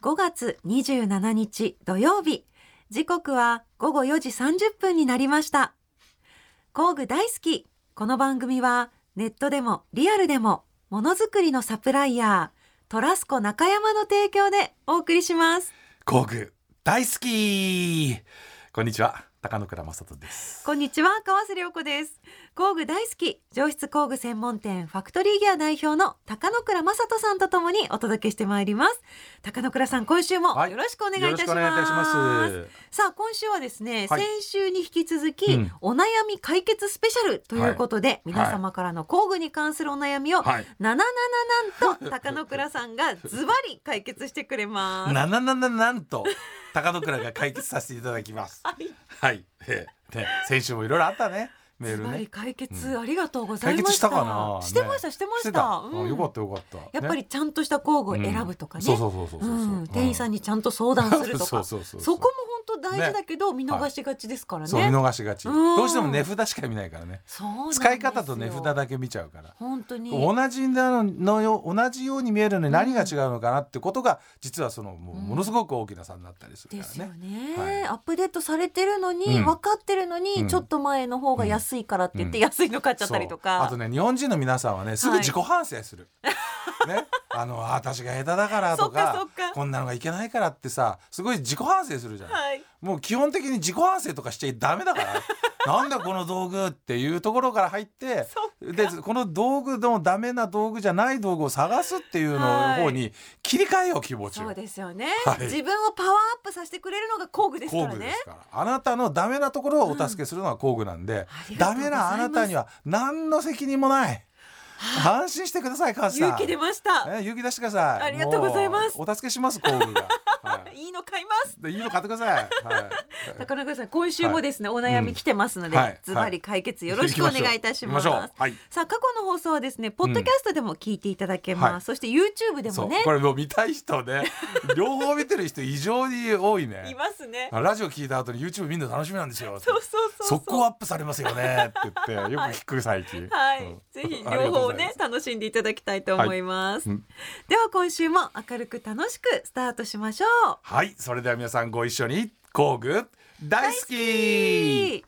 5月27日土曜日、時刻は午後4時30分になりました。工具大好き。この番組はネットでもリアルでもものづくりのサプライヤートラスコ中山の提供でお送りします。 工具大好き。こんにちは、高野倉正人です。 こんにちは、川瀬良子です。工具大好き、上質工具専門店ファクトリーギア代表の高野倉正人さんとともにお届けしてまいります。高野倉さん、今週もよろしくお願いいたします。 よろしくお願いいたします。 さあ、今週はですね、 はい、 先週に引き続き、お悩み解決スペシャルということで、皆様からの工具に関するお悩みを、なんと高野倉さんがズバリ解決してくれます。 なんと高野倉が解決させていただきます。はい、先週もいろいろあったね。メールね、 ズバリ解決、ありがとうございました。 解決したかな、 してました。 よかったよかった、 やっぱりちゃんとした工具を選ぶとかね、店員さんにちゃんと相談するとか、そこも本当大事だけど、見逃しがちですからね。 そう、見逃しがち、どうしても値札しか見ないからね。使い方と値札だけ見ちゃうから、 本当に同じように見えるのに何が違うのかなってことが、実はものすごく大きな差になったりするからね。 ですよね、アップデートされてるのに、分かってるのに、ちょっと前の方が安いからって言って安いの買っちゃったりとか、 あとね、日本人の皆さんはね、すぐ自己反省する、ね、私が下手だからとかこんなのがいけないからってさ、すごい自己反省するじゃん、もう基本的に自己反省とかしちゃダメだからなんだこの道具っていうところから入って、でこの道具のダメな道具じゃない道具を探すっていうの方に切り替えよう、気持ちを。 そうですよね、自分をパワーアップさせてくれるのが工具ですからね。 工具ですから、あなたのダメなところをお助けするのが工具なんで、ダメなあなたには何の責任もない。安心してください、川瀬さん。 勇気出ました、 勇気出してください。 ありがとうございます。 お助けします、工具がいいの買います。 いいの買ってください。 高中さん、今週もですね、お悩み来てますので、ズバリ解決よろしくお願いいたします。さあ、過去の放送はですね、ポッドキャストでも聞いていただけます。そして YouTube でもね、 これもう見たい人ね両方見てる人異常に多いね。 いますね。 ラジオ聞いた後に YouTube 見るの楽しみなんですよ。速攻アップされますよねって言ってよく聞く最近。 ぜひ両方ね、楽しんでいただきたいと思います。では今週も明るく楽しくスタートしましょう。 はい、それでは皆さんご一緒に、工具大好き。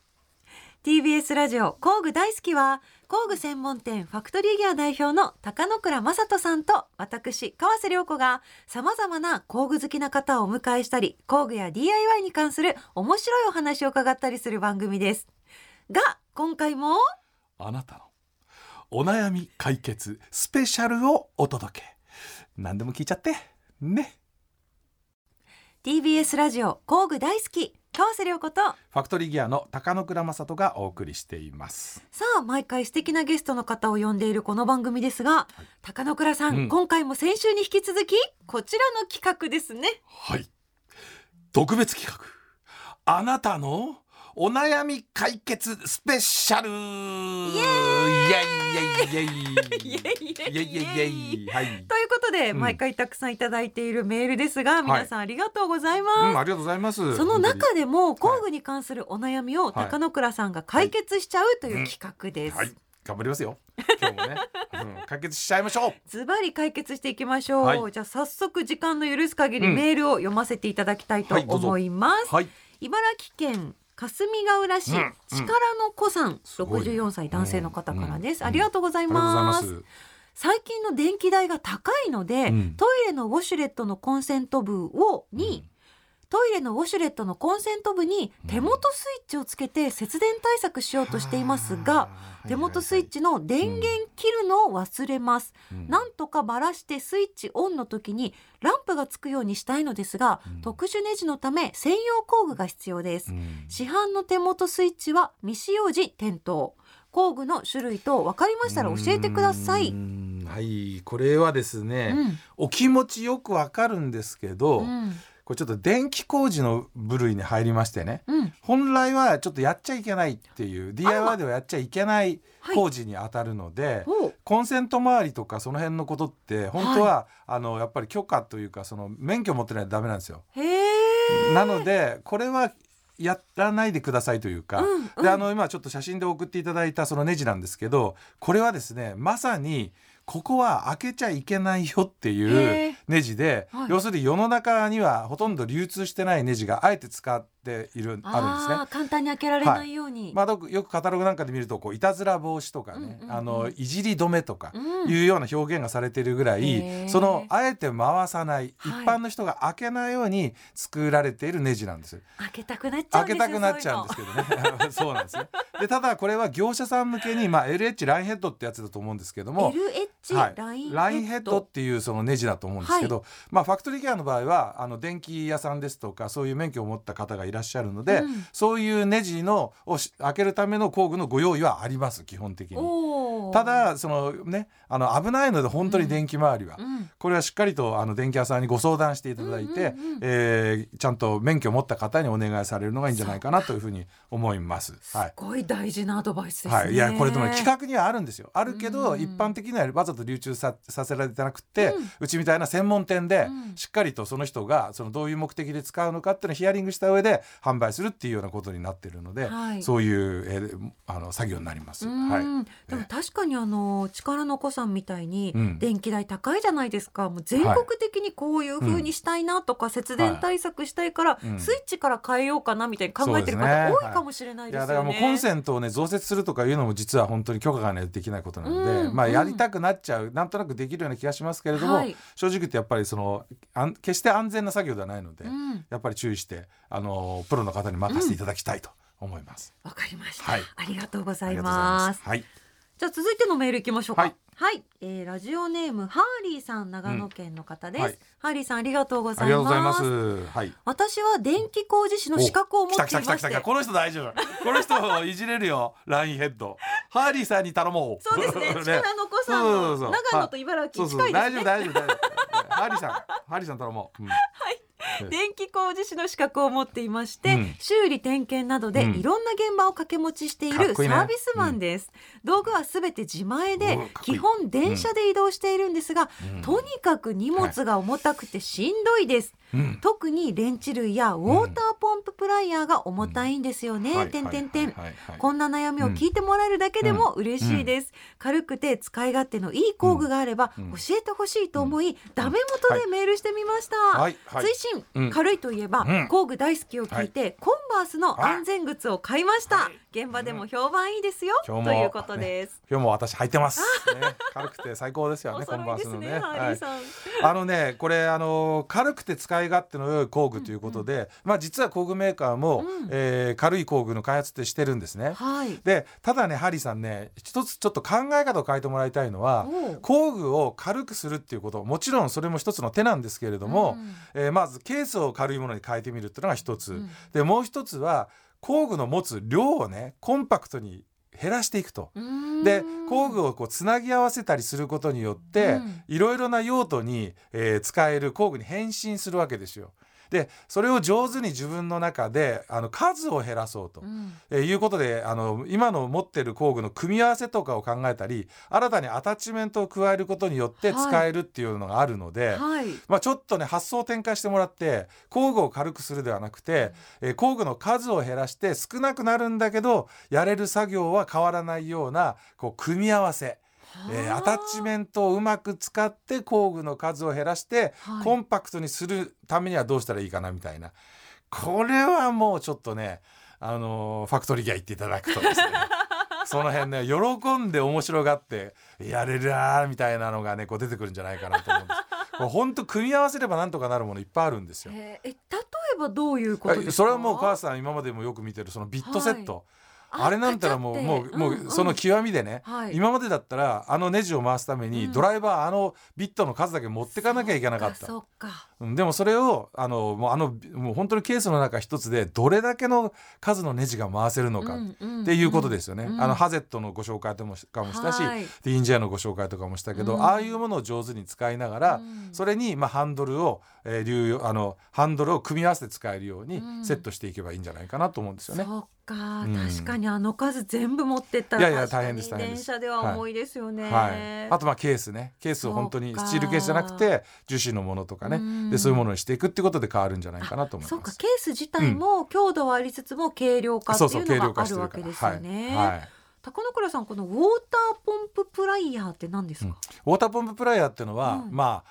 TBS ラジオ工具大好きは、工具専門店ファクトリーギア代表の高野倉正人さんと私川瀬良子が、様々な工具好きな方をお迎えしたり、工具や DIY に関する面白いお話を伺ったりする番組ですが、今回もあなたのお悩み解決スペシャルをお届け。何でも聞いちゃってね。 TBS ラジオ工具大好き、川瀬良子とファクトリーギアの高野倉正人がお送りしています。 さあ、毎回素敵なゲストの方を呼んでいるこの番組ですが、高野倉さん、今回も先週に引き続きこちらの企画ですね。 はい、特別企画、あなたのお悩み解決スペシャル。イエーイイエイイエイイエイイエイイエイイエイ。 ということで、毎回たくさんいただいているメールですが、皆さんありがとうございます。 ありがとうございます。 その中でも工具に関するお悩みを高野倉さんが解決しちゃうという企画です。 頑張りますよ、今日もね解決しちゃいましょう。 ズバリ解決していきましょう。じゃあ早速時間の許す限りメールを読ませていただきたいと思います。茨城県霞ヶ浦市、力の子さん、64歳男性の方からです。ありがとうございます。最近の電気代が高いので、トイレのウォシュレットのコンセント部に手元スイッチをつけて節電対策しようとしていますが、手元スイッチの電源切るのを忘れます。なんとかバラしてスイッチオンの時にランプがつくようにしたいのですが、特殊ネジのため専用工具が必要です。市販の手元スイッチは未使用時点灯。工具の種類と分かりましたら教えてください。 はい、これはですね、お気持ちよくわかるんですけど、これちょっと電気工事の部類に入りましてね、本来はちょっとやっちゃいけないっていう DIY ではやっちゃいけない工事に当たるので、コンセント周りとかその辺のことって本当は、やっぱり許可というかその免許持ってないとダメなんですよ。なのでこれはやらないでくださいというか、で今ちょっと写真で送っていただいたそのネジなんですけど、これはですねまさにここは開けちゃいけないよっていうネジで、要するに世の中にはほとんど流通してないネジがあえて使ってあるんですね。 簡単に開けられないように、 よくカタログなんかで見るといたずら防止とかね、いじり止めとかいうような表現がされているぐらい、そのあえて回さない、一般の人が開けないように作られているネジなんです。 開けたくなっちゃうんですよ。 開けたくなっちゃうんですけどねそうなんですね。でただこれは業者さん向けに、LH ラインヘッドってやつだと思うんですけども、 LH ラインヘッドっていうそのネジだと思うんですけど、ファクトリーケアの場合は電気屋さんですとかそういう免許を持った方がいらっしゃるので、そういうネジを開けるための工具のご用意はあります、基本的に。ただそのね、危ないので本当に電気周りは、これはしっかりと電気屋さんにご相談していただいて、ちゃんと免許を持った方にお願いされるのがいいんじゃないかなというふうに思います。 すごい大事なアドバイスですね。 いやこれでも企画にはあるんですよ。あるけど、一般的にはわざと流通 させられてなくて、うちみたいな専門店でしっかりとその人がどういう目的で使うのかっていうのをヒアリングした上で販売するっていうようなことになっているので、そういう、作業になります。 でも確かに力の子さんみたいに電気代高いじゃないですか。もう全国的にこういう風にしたいなとか、節電対策したいからスイッチから変えようかなみたいに考えてる方多いかもしれないですよね。 だからもうコンセントをね増設するとかいうのも実は本当に許可がないとできないことなので、やりたくなっちゃう、なんとなくできるような気がしますけれども、正直言ってやっぱり決して安全な作業ではないので、やっぱり注意してプロの方に任せていただきたいと思います。 わかりました、ありがとうございます。じゃあ続いてのメールいきましょうか。ラジオネームハーリーさん、長野県の方です。ハーリーさんありがとうございます。私は電気工事士の資格を持っていまして、 この人大丈夫この人をいじれるよラインヘッドハーリーさんに頼もう。 そうですね力の子さんの長野と茨城近いですね。 大丈夫ハーリーさん頼もう。 電気工事士の資格を持っていまして、修理点検などでいろんな現場を掛け持ちしているサービスマンです。道具はすべて自前で、基本電車で移動しているんですが、とにかく荷物が重たくてしんどいです。特にレンチ類やウォーターポンププライヤーが重たいんですよね。こんな悩みを聞いてもらえるだけでも嬉しいです。軽くて使い勝手のいい工具があれば教えてほしいと思い、ダメ元でメールしてみました。追伸、軽いといえば工具大好きを聞いて、コンバースの安全靴を買いました。現場でも評判いいですよ、ということです。 今日も私履いてます、軽くて最高ですよね、コンバースのね。これ軽くて使い勝手の良い工具ということで、実は工具メーカーも、軽い工具の開発ってしてるんですね。でただねハリーさんね、一つちょっと考え方を変えてもらいたいのは、工具を軽くするっていうこと、もちろんそれも一つの手なんですけれども、まずケースを軽いものに変えてみるっていうのが一つ、でもう一つは工具の持つ量をねコンパクトに減らしていくと。で工具をつなぎ合わせたりすることによって、いろいろな用途に、使える工具に変身するわけですよ。でそれを上手に自分の中で数を減らそうと、いうことで今の持っている工具の組み合わせとかを考えたり、新たにアタッチメントを加えることによって使えるっていうのがあるので、ちょっとね発想を転換してもらって、工具を軽くするではなくて、工具の数を減らして少なくなるんだけどやれる作業は変わらないような組み合わせ、アタッチメントをうまく使って工具の数を減らして、コンパクトにするためにはどうしたらいいかなみたいな、これはもうちょっとねファクトリーギア行っていただくとですねその辺ね喜んで面白がってやれるなみたいなのがね出てくるんじゃないかなと思うんです。本当組み合わせればなんとかなるものいっぱいあるんですよ。 例えばどういうことですか？ それはもう母さん今までもよく見てるそのビットセット、あれなんたらもうその極みでね、今までだったらネジを回すためにドライバービットの数だけ持ってかなきゃいけなかった。でもそれをもう本当にケースの中一つでどれだけの数のネジが回せるのかっていうことですよね。ハゼットのご紹介とかもしたし、ディーンジェアのご紹介とかもしたけど、ああいうものを上手に使いながら、それにハンドルを組み合わせて使えるようにセットしていけばいいんじゃないかなと思うんですよね。 確かに数全部持ってったら大変です。電車では重いですよね。 あとケースね、ケースを本当にスチールケースじゃなくて樹脂のものとかね、でそういうものにしていくっていうことで変わるんじゃないかなと思います。 ケース自体も強度はありつつも軽量化っていうのがあるわけですよね。 高野倉さん、このウォーターポンププライヤーって何ですか？ ウォーターポンププライヤーっていうのは、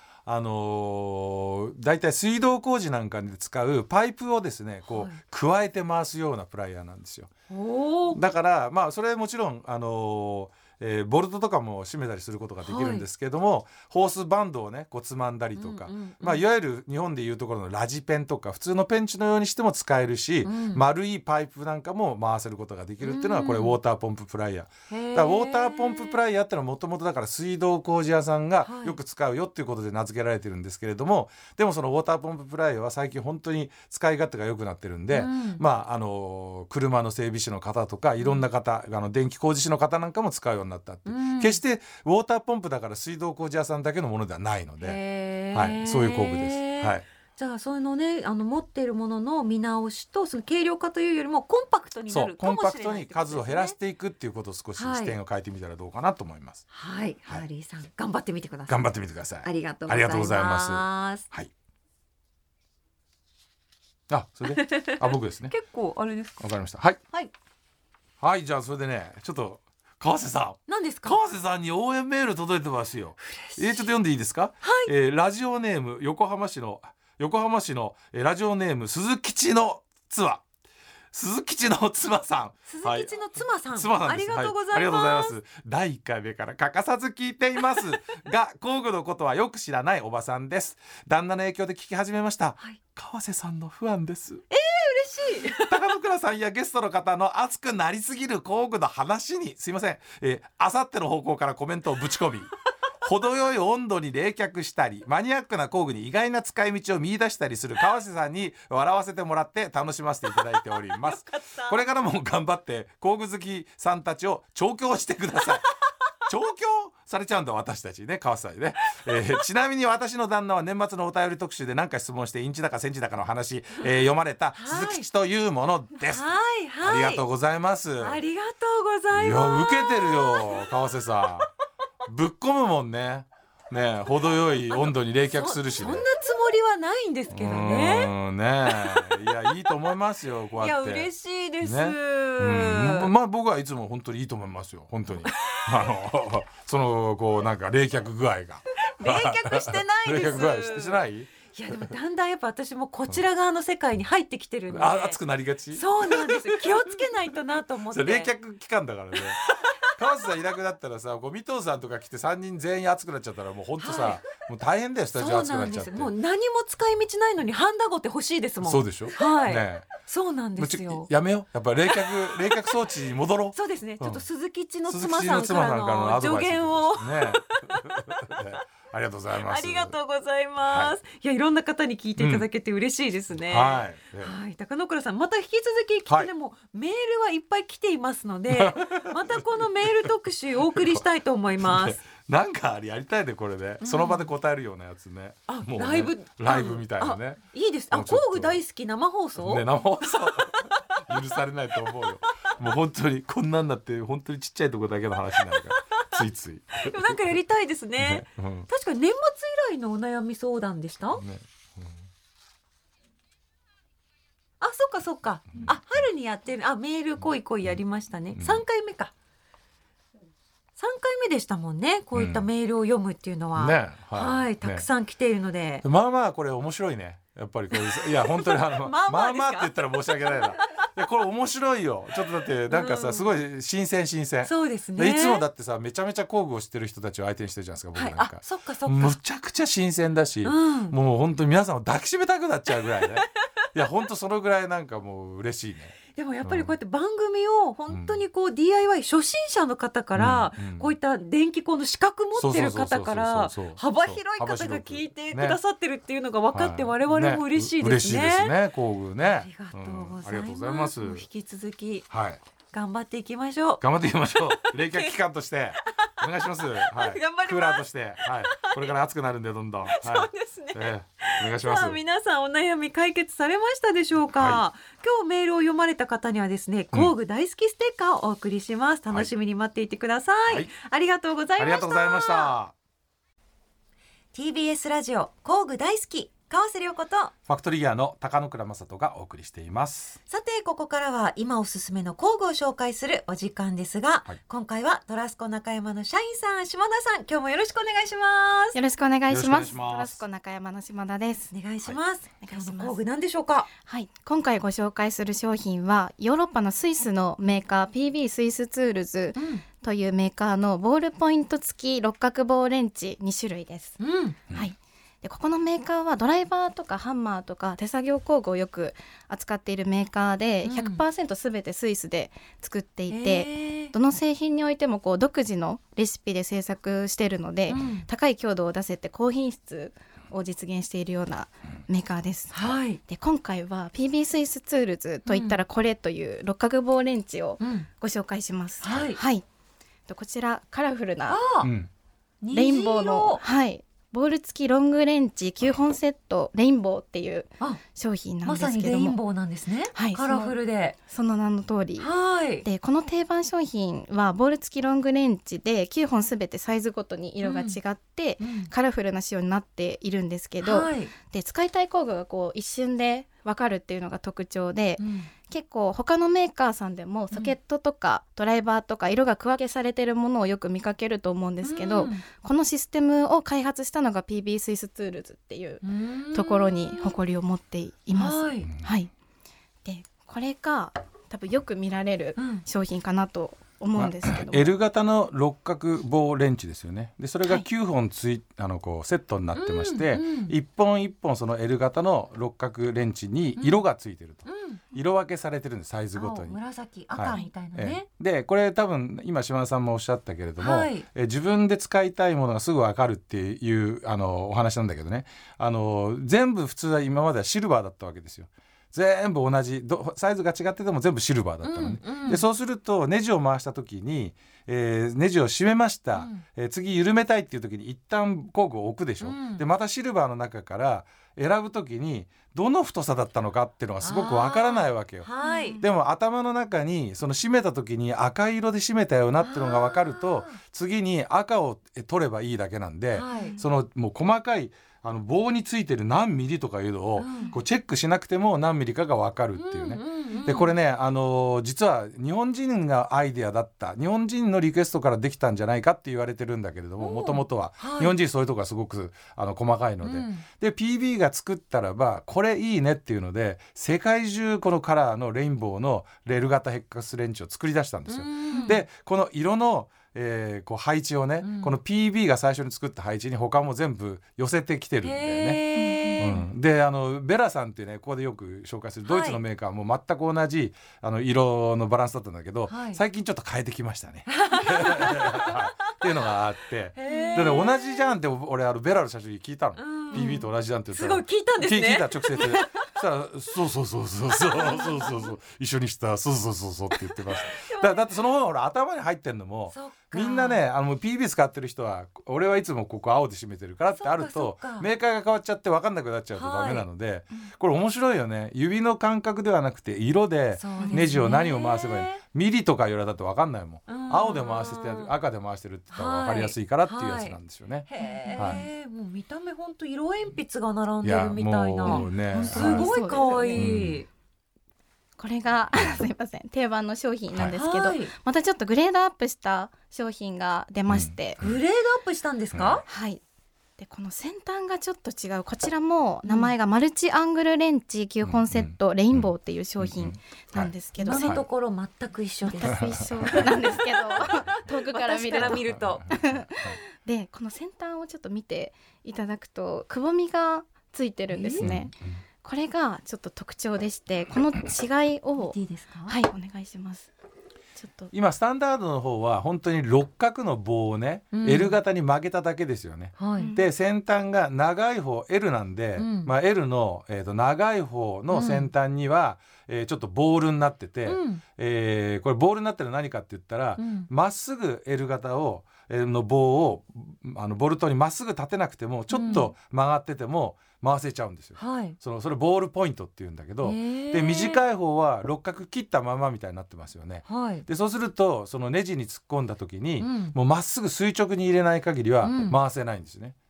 だいたい水道工事なんかで使うパイプをですねこう、加えて回すようなプライヤーなんですよ。だからそれもちろんボルトとかも締めたりすることができるんですけども、ホースバンドをねこうつまんだりとか、いわゆる日本でいうところのラジペンとか普通のペンチのようにしても使えるし、丸いパイプなんかも回せることができるっていうのがこれウォーターポンププライヤー。だからウォーターポンププライヤーってのはもともとだから水道工事屋さんがよく使うよっていうことで名付けられてるんですけれども、でもそのウォーターポンププライヤーは最近本当に使い勝手が良くなってるんで、車の整備士の方とかいろんな方、電気工事士の方なんかも使うようになったって、決してウォーターポンプだから水道工事屋さんだけのものではないので、そういう工具です。 じゃあそういうのね、持っているものの見直しとその軽量化というよりもコンパクトになるかもしれない、 コンパクトに数を減らしていくっていうことを少し視点を変えてみたらどうかなと思います。 ハーリーさん頑張ってみてください。 頑張ってみてください。 ありがとうございます。 それで僕ですね。 結構あれですか。 わかりました。じゃあそれでね、ちょっと川瀬さん、 何ですか。 川瀬さんに応援メール届いてますよ。ちょっと読んでいいですか。ラジオネーム横浜市のラジオネーム鈴吉の妻さん。 鈴吉の妻さん、 ありがとうございます。第1回目から欠かさず聞いていますが工具のことはよく知らないおばさんです。旦那の影響で聞き始めました。川瀬さんのファンです。 嬉しい。 高野倉さんやゲストの方の熱くなりすぎる工具の話にすいません、あさっての方向からコメントをぶち込み程よい温度に冷却したりマニアックな工具に意外な使い道を見出したりする川瀬さんに笑わせてもらって楽しませていただいておりますこれからも頑張って工具好きさんたちを調教してください調教されちゃうんだ私たちね、川瀬さんにね、ちなみに私の旦那は年末のお便り特集で何か質問してインチだかセンチだかの話、読まれた鈴吉というものです。ありがとうございます。 ありがとうございます。 いや受けてるよ川瀬さんぶっ込むもんね。程よい温度に冷却するしね。 そんなつもりはないんですけどね。 いやいいと思いますよこうやって。 いや嬉しいです。 僕はいつも本当にいいと思いますよ本当に。そのこうなんか冷却具合が。 冷却してないです。 冷却具合してない。 いやでもだんだんやっぱ私もこちら側の世界に入ってきてるんで、 熱くなりがち。 そうなんです。気をつけないとなと思って。 冷却期間だからね。川瀬さんいなくなったらさ、こう三藤さんとか来て3人全員熱くなっちゃったらもう本当さ、もう大変だよスタジオ熱くなっちゃって。 もう何も使い道ないのにハンダゴテ欲しいですもん。 そうでしょ。 そうなんですよ。 やめよう。やっぱ冷却装置に戻ろう。 そうですね。ちょっと鈴吉の妻さんからの助言を。 ありがとうございます。 ありがとうございます。いやいろんな方に聞いていただけて嬉しいですね。高野倉さんまた引き続ききっとでもメールはいっぱい来ていますので、またこのメール特集お送りしたいと思います。 なんかやりたいでこれで、その場で答えるようなやつね。もうライブみたいなね。 いいです。工具大好き生放送。 生放送許されないと思うよ。もう本当にこんなんなって本当にちっちゃいところだけの話になるから。ついついでもなんかやりたいですね。確かに年末以来のお悩み相談でした。そっかそっか。春にやってるメール来いやりましたね。3回目か。3回目でしたもんね。こういったメールを読むっていうのは、たくさん来ているので、 これ面白いね。やっぱりこういや本当にまあって言ったら申し訳ないな。いやこれ面白いよ。ちょっとだってなんかさ、すごい新鮮。 そうですね。 いつもだってさめちゃめちゃ工具を知ってる人たちを相手にしてるじゃないですか僕なんか。 そっかむちゃくちゃ新鮮だし、もう本当に皆さんを抱きしめたくなっちゃうぐらいね。いや本当そのぐらいなんかもう嬉しいね。 でもやっぱりこうやって番組を本当にこう DIY 初心者の方からこういった電気工の資格持ってる方から幅広い方が聞いてくださってるっていうのが分かって我々も嬉しいですね。 嬉しいですね工具ね。 ありがとうございます。引き続き頑張っていきましょう。 冷却期間としてお願いします。 頑張ります。 クーラーとしてこれから暑くなるんでどんどん。 そうですね。 お願いします。 皆さんお悩み解決されましたでしょうか。今日メールを読まれた方にはですね、工具大好きステッカーをお送りします。楽しみに待っていてください。ありがとうございました。 ありがとうございました。 TBS ラジオ工具大好き。 川瀬良子とファクトリーギアの高野倉正人がお送りしています。 さてここからは今おすすめの工具を紹介するお時間ですが、はい、今回はトラスコ中山の社員さん島田さん、今日もよろしくお願いします。 よろしくお願いします。トラスコ中山の島田です。 お願いします、 はい、お願いします。 今日の工具何でしょうか？ はい、今回ご紹介する商品はヨーロッパのスイスのメーカー PB スイスツールズというメーカーのボールポイント付き六角棒レンチ2種類です、はい。でここのメーカーはドライバーとかハンマーとか手作業工具をよく扱っているメーカーで 100% 全てスイスで作っていて、どの製品においてもこう独自のレシピで製作しているので、高い強度を出せて高品質を実現しているようなメーカーです、はい。で今回は PB スイスツールズといったらこれという六角棒レンチをご紹介します、はいはい。こちらカラフルなレインボーの、はい、ボール付きロングレンチ9本セットレインボーっていう商品なんですけども、まさにレインボーなんですね、はい、カラフルでその名の通り、 はい。 でこの定番商品はボール付きロングレンチで9本すべてサイズごとに色が違って、カラフルな仕様になっているんですけど、はい、で使いたい工具がこう一瞬で分かるっていうのが特徴で、結構他のメーカーさんでもソケットとかドライバーとか色が区分けされているものをよく見かけると思うんですけど、このシステムを開発したのが PB スイスツールズっていうところに誇りを持っています、はいはい。でこれが多分よく見られる商品かなと思うんですけど、 L 型の六角棒レンチですよね。でそれが9本こうセットになってまして、一本一本その L 型の六角レンチに色がついてると、色分けされてるんです、サイズごとに。 青、紫、赤みたいなね、 でこれ多分今島田さんもおっしゃったけれども、自分で使いたいものがすぐ分かるっていうお話なんだけどね、全部普通は今まではシルバーだったわけですよ。全部同じサイズが違ってても全部シルバーだったのね、でそうするとネジを回した時に、ネジを締めました、次緩めたいっていう時に一旦工具を置くでしょ、でまたシルバーの中から選ぶ時にどの太さだったのかっていうのがすごくわからないわけよ、はい。でも頭の中にその締めた時に赤色で締めたよなっていうのが分かると、次に赤を取ればいいだけなんで、そのもう細かい棒についてる何ミリとかいうのをこうチェックしなくても何ミリかが分かるっていうね、でこれね、実は日本人がアイデアだった、日本人のリクエストからできたんじゃないかって言われてるんだけれども、もともとは日本人そういうとこがすごく細かいので、で PB が作ったらばこれいいねっていうので世界中このカラーのレインボーのレール型ヘックスレンチを作り出したんですよ。でこの色のこう配置をね、この PB が最初に作った配置に他も全部寄せてきてるんだよね、でベラさんっていうね、ここでよく紹介するドイツのメーカーも全く同じ色のバランスだったんだけど、最近ちょっと変えてきましたねっていうのがあって、で同じじゃんって俺ベラの社長に聞いたの、PB と同じじゃんって言ったら、 すごい聞いたんですね。 聞いた直接そしたらそう一緒にしたそうって言ってましただってその方が頭に入ってんのもみんなね、PB 使ってる人は俺はいつもここ青で締めてるからってあるとメーカーが変わっちゃって分かんなくなっちゃうとダメなので、これ面白いよね。指の感覚ではなくて色でネジを何を回せばいい、ミリとかよりだって分かんないもん、青で回してて赤で回してるって言ったら分かりやすいからっていうやつなんですよね、 もう見た目ほんと色鉛筆が並んでるみたいな、すごい可愛い、 これがすいません定番の商品なんですけど、またちょっとグレードアップした商品が出まして、 グレードアップしたんですか？ はい。でこの先端がちょっと違う、こちらも名前がマルチアングルレンチ9本セットレインボーっていう商品なんですけど、 今のところ全く一緒です。 全く一緒なんですけど遠くから見るとでこの先端をちょっと見ていただくとくぼみがついてるんですね、これがちょっと特徴でして、この違いをいいですか？ はい、お願いします。ちょっと今スタンダードの方は本当に六角の棒をね、L 型に曲げただけですよね、で先端が長い方 L なんで、L の、長い方の先端には、ちょっとボールになってて、これボールになってるのは何かって言ったらま、っすぐ L 型をの棒をボルトにまっすぐ立てなくてもちょっと曲がってても回せちゃうんですよ、それボールポイントっていうんだけど、で短い方は六角切ったままみたいになってますよね、でそうするとそのネジに突っ込んだ時に、もうまっすぐ垂直に入れない限りは回せないんですね、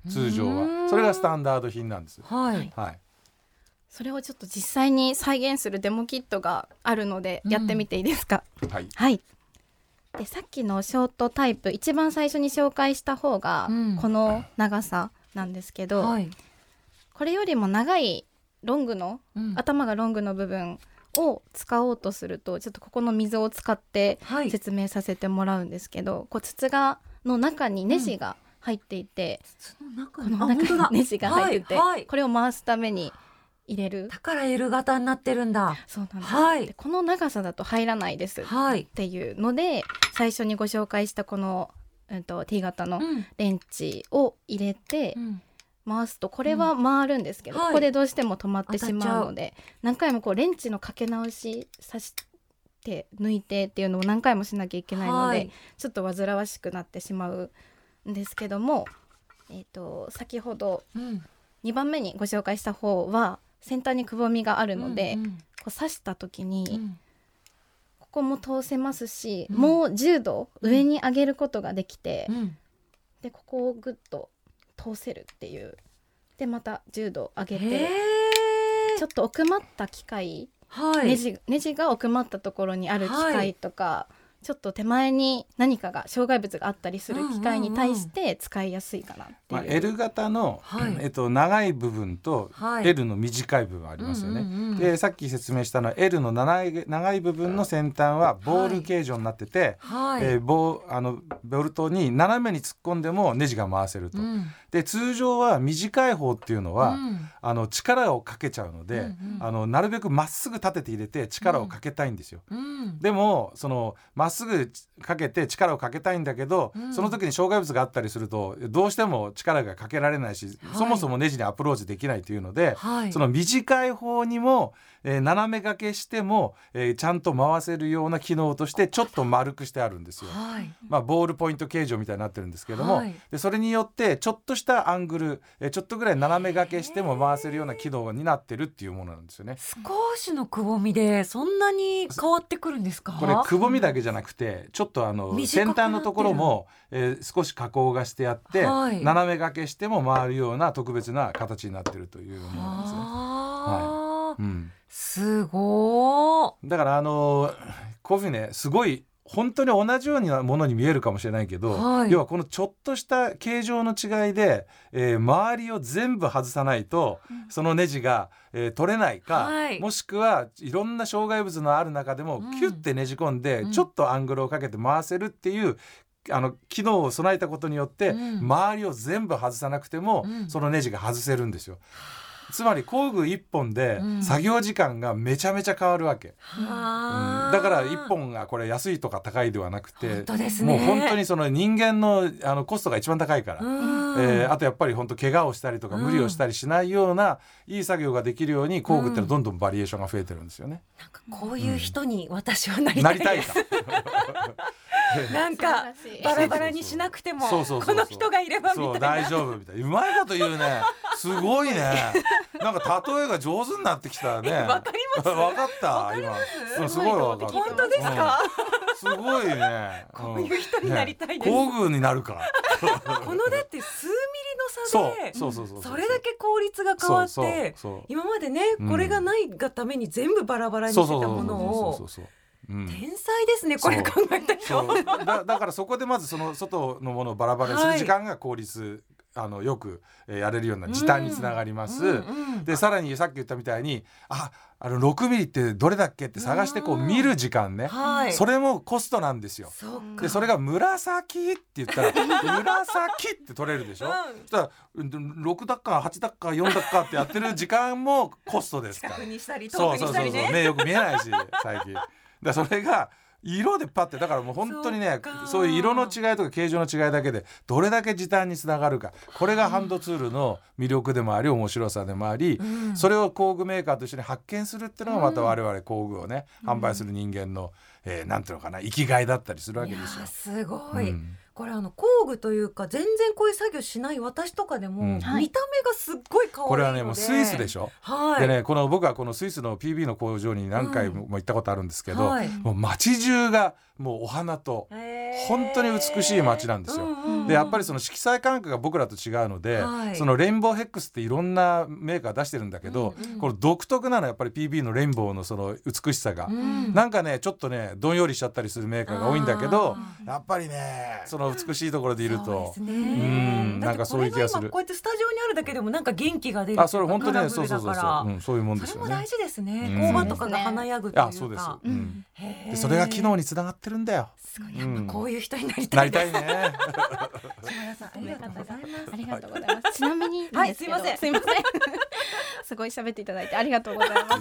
通常は。それがスタンダード品なんです。 はい、 はい、 それをちょっと実際に再現するデモキットがあるのでやってみていいですか？ はい、 はい。でさっきのショートタイプ一番最初に紹介した方がこの長さなんですけど、 はい、 これよりも長いロングの、頭がロングの部分を使おうとするとちょっとここの溝を使って説明させてもらうんですけど、こう筒の中にネジが入っていて、この中にネジが入ってて、これを回すために入れる。 だから L 型になってるんだ。 そうなんです、 はい、 でこの長さだと入らないですっていうので、最初にご紹介したこの、T 型のレンチを入れて、回すとこれは回るんですけど、ここでどうしても止まってしまうので、何回もこうレンチのかけ直しさして抜いてっていうのを何回もしなきゃいけないので、ちょっと煩わしくなってしまうんですけども、先ほど2番目にご紹介した方は先端にくぼみがあるので、こう刺した時に、ここも通せますし、もう10度上に上げることができて、でここをグッと通せるっていう。でまた10度上げて、ちょっと奥まった機械、ネジが奥まったところにある機械とか、ちょっと手前に何かが障害物があったりする機械に対して使いやすいかなっていう、 L 型の、長い部分と L の短い部分ありますよね、でさっき説明したのは L の長い部分の先端はボール形状になってて、ボルトに斜めに突っ込んでもネジが回せると、で通常は短い方っていうのは、力をかけちゃうので、なるべくまっすぐ立てて入れて力をかけたいんですよ、でもそのまっすぐかけて力をかけたいんだけど、その時に障害物があったりするとどうしても力がかけられないし、そもそもネジにアプローチできないというので、その短い方にも、斜め掛けしても、ちゃんと回せるような機能としてちょっと丸くしてあるんですよ、ボールポイント形状みたいになってるんですけども、でそれによってちょっとしたアングル、ちょっとぐらい斜め掛けしても回せるような機能になってるっていうものなんですよね。 少しのくぼみでそんなに変わってくるんですか？ これくぼみだけじゃなくてちょっと先端のところも、少し加工がしてあって、斜め掛けしても回るような特別な形になってるというものなんですね。 すごー。 だからこういうふうにね、すごい本当に同じようなものに見えるかもしれないけど、要はこのちょっとした形状の違いで、周りを全部外さないと、そのネジが、取れないか、もしくはいろんな障害物のある中でも、キュッてねじ込んで、ちょっとアングルをかけて回せるっていう機能を備えたことによって、周りを全部外さなくても、そのネジが外せるんですよ。つまり工具1本で作業時間がめちゃめちゃ変わるわけ、だから1本がこれ安いとか高いではなくて、もう本当にその人間のコストが一番高いから、あとやっぱり本当怪我をしたりとか無理をしたりしないような、いい作業ができるように工具ってのはどんどんバリエーションが増えてるんですよね。 なんかこういう人に私はなりたいです、なんかバラバラにしなくてもこの人がいればみたいな、 大丈夫みたいな。うまいこと言うね、すごいね。なんか例えが上手になってきたね。 わかります。 わかった今。すごいわかった。 本当ですか？ すごいね。 こういう人になりたいです。 工具になるか。 このだって数ミリの差でそれだけ効率が変わって、今までねこれがないがために全部バラバラにしてたものを。天才ですね、これ考えた人。 だからそこでまずその外のものをバラバラにする時間が効率よくやれるような時短につながります、でさらにさっき言ったみたいに6ミリってどれだっけって探してこう見る時間ね、それもコストなんですよ。でそれが紫って言ったら紫って取れるでしょ、そしたら6だか8だか4だかってやってる時間もコストですから。 近くにしたり遠くにしたりね、 目よく見えないし最近だそれが色でパッて、だからもう本当にね、そういう色の違いとか形状の違いだけでどれだけ時短につながるか、これがハンドツールの魅力でもあり面白さでもあり、それを工具メーカーと一緒に発見するっていうのがまた我々工具をね、販売する人間の、なんていうのかな、生きがいだったりするわけですよ。 すごい、これ工具というか全然こういう作業しない私とかでも、見た目がすっごい可愛いので、 これはねもうスイスでしょ、でね僕はこのスイスの PB の工場に何回も行ったことあるんですけど、もう街中がもうお花と本当に美しい街なんですよ。 でやっぱりその色彩感覚が僕らと違うので、そのレインボーヘックスっていろんなメーカー出してるんだけど、この独特なのはやっぱり PB のレインボーのその美しさが、なんかねちょっとねどんよりしちゃったりするメーカーが多いんだけど、やっぱりねその美しいところでいると、なんかそういう気がする。 こうやってスタジオにあるだけでもなんか元気が出る。 それ本当にね、そういうもんですよね。 それも大事ですね。工場とかが華やぐというか。 そうです。でそれが機能につながってるんだよ。 すごい、やっぱこういう人になりたいです。 なりたいね。 島田さん、ありがとうございます。 ありがとうございます。ちなみにすいません。すごい喋っていただいてありがとうございます。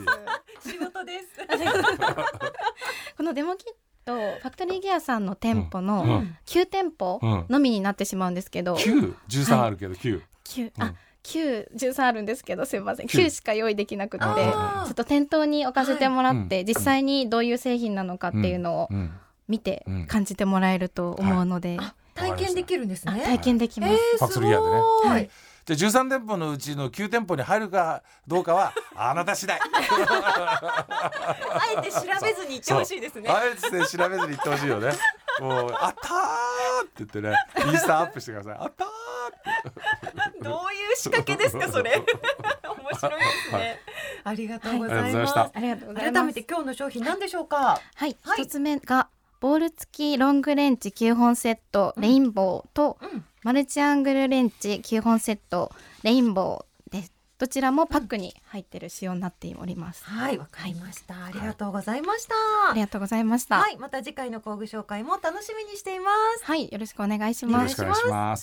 仕事です。 このデモキットファクトリーギアさんの店舗の9店舗のみになってしまうんですけど、 913あるけど9 13あるんですけど、すいません、9しか用意できなくて、ちょっと店頭に置かせてもらって、実際にどういう製品なのかっていうのを見て感じてもらえると思うので、 体験できるんですね。 体験できます。 ファクトリーギアでね。で13店舗のうちの9店舗に入るかどうかはあなた次第。 あえて調べずに行ってほしいですね。 あえて調べずに行ってほしいよね。もうあったーって言ってね、インスタアップしてください。あったーって。 どういう仕掛けですかそれ。面白いですね。ありがとうございます。 ありがとうございます。 改めて今日の商品何でしょうか。 はい、一つ目がボール付きロングレンチ9本セットレインボーと、マルチアングルレンチ9本セットレインボーです。どちらもパックに入っている仕様になっております。 はい、わかりました。ありがとうございました。 ありがとうございました。 はい、また次回の工具紹介も楽しみにしています。 はい、よろしくお願いします。 よろしくお願いします。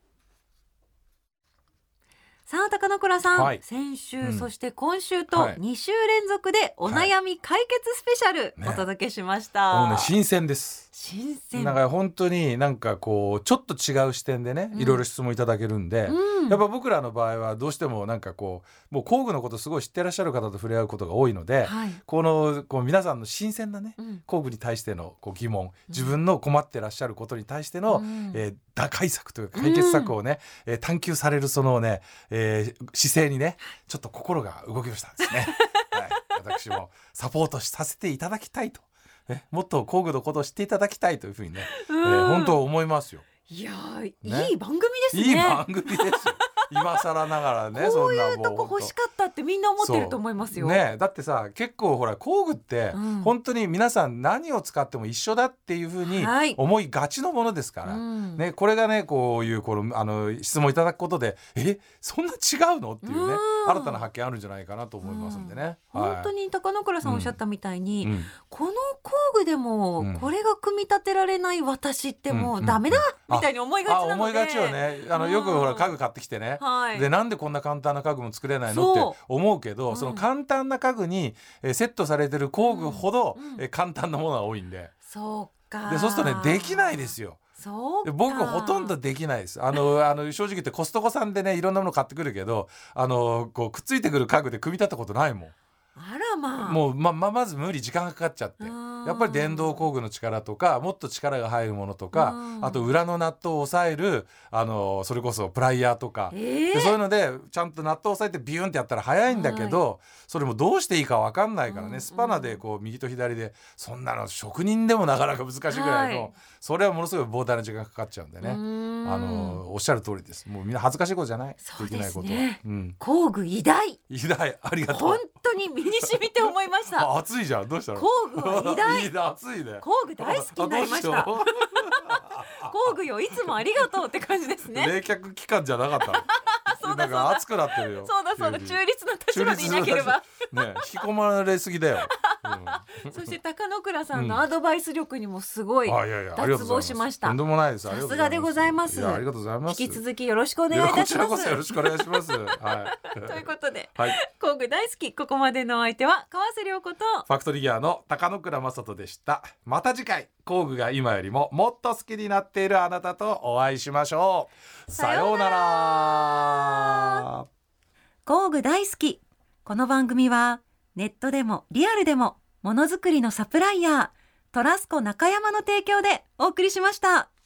さあ高野倉さん、先週、そして今週と2週連続でお悩み解決スペシャルお届けしました。 もうね新鮮です。 新鮮。 だから本当になんかこうちょっと違う視点でね、いろいろ質問いただけるんで、やっぱ僕らの場合はどうしてもなんかこうもう工具のことすごい知ってらっしゃる方と触れ合うことが多いので、こう皆さんの新鮮なね、工具に対してのこう疑問、自分の困ってらっしゃることに対しての、打開策というか解決策をね、探求されるそのね、姿勢にねちょっと心が動きましたですね。私もサポートさせていただきたいと、もっと工具のことを知っていただきたいというふうにね、本当思いますよ。 いや、いい番組ですね。 いい番組ですよ。今更ながらね、 こういうとこ欲しかったってみんな思ってると思いますよ。 ね、だってさ結構ほら工具って、本当に皆さん何を使っても一緒だっていうふうに思いがちのものですから、ね、これがねこういう質問いただくことでそんな違うのっていうね、新たな発見あるんじゃないかなと思いますんでね。 本当に高野倉さんおっしゃったみたいに、この工具でもこれが組み立てられない私ってもうダメだみたいに思いがちなので、 思いがちよね。よくほら家具買ってきてね、でなんでこんな簡単な家具も作れないのって思うけど、その簡単な家具にセットされてる工具ほど簡単なものが多いんで、 そうか。 でそうするとねできないですよ。僕ほとんどできないです。正直言ってコストコさんでねいろんなもの買ってくるけど、こうくっついてくる家具で組み立てたことないもん。 あらまあ、 もうまず無理、時間がかかっちゃって、やっぱり電動工具の力とかもっと力が入るものとか、あと裏のナットを押さえるそれこそプライヤーとか、でそういうのでちゃんとナットを押さえてビューンってやったら早いんだけど、それもどうしていいか分かんないからね、スパナでこう右と左でそんなの職人でもなかなか難しいぐらいの、それはものすごい膨大な時間がかかっちゃうんでね、おっしゃる通りです。もうみんな恥ずかしいことじゃない、できないことは。 工具偉大ありがとう。 本当に身に染みて思いました。 熱いじゃん、どうしたの。 工具は偉大。 熱いね。 工具大好きになりました。工具よいつもありがとうって感じですね。 冷却期間じゃなかったの。なんか熱くなってるよ。 そうだ中立の立場でいなければね、引き込まれすぎだよ。 そして高野倉さんのアドバイス力にもすごい脱帽しました。 とんでもないです。 さすがでございます。 ありがとうございます。 引き続きよろしくお願いいたします。 こちらこそよろしくお願いします。ということで、工具大好き、ここまでのお相手は川瀬良子とファクトリーギアの高野倉正人でした。また次回、工具が今よりももっと好きになっているあなたとお会いしましょう。さようなら。 工具大好き。この番組はネットでもリアルでもものづくりのサプライヤートラスコ中山の提供でお送りしました。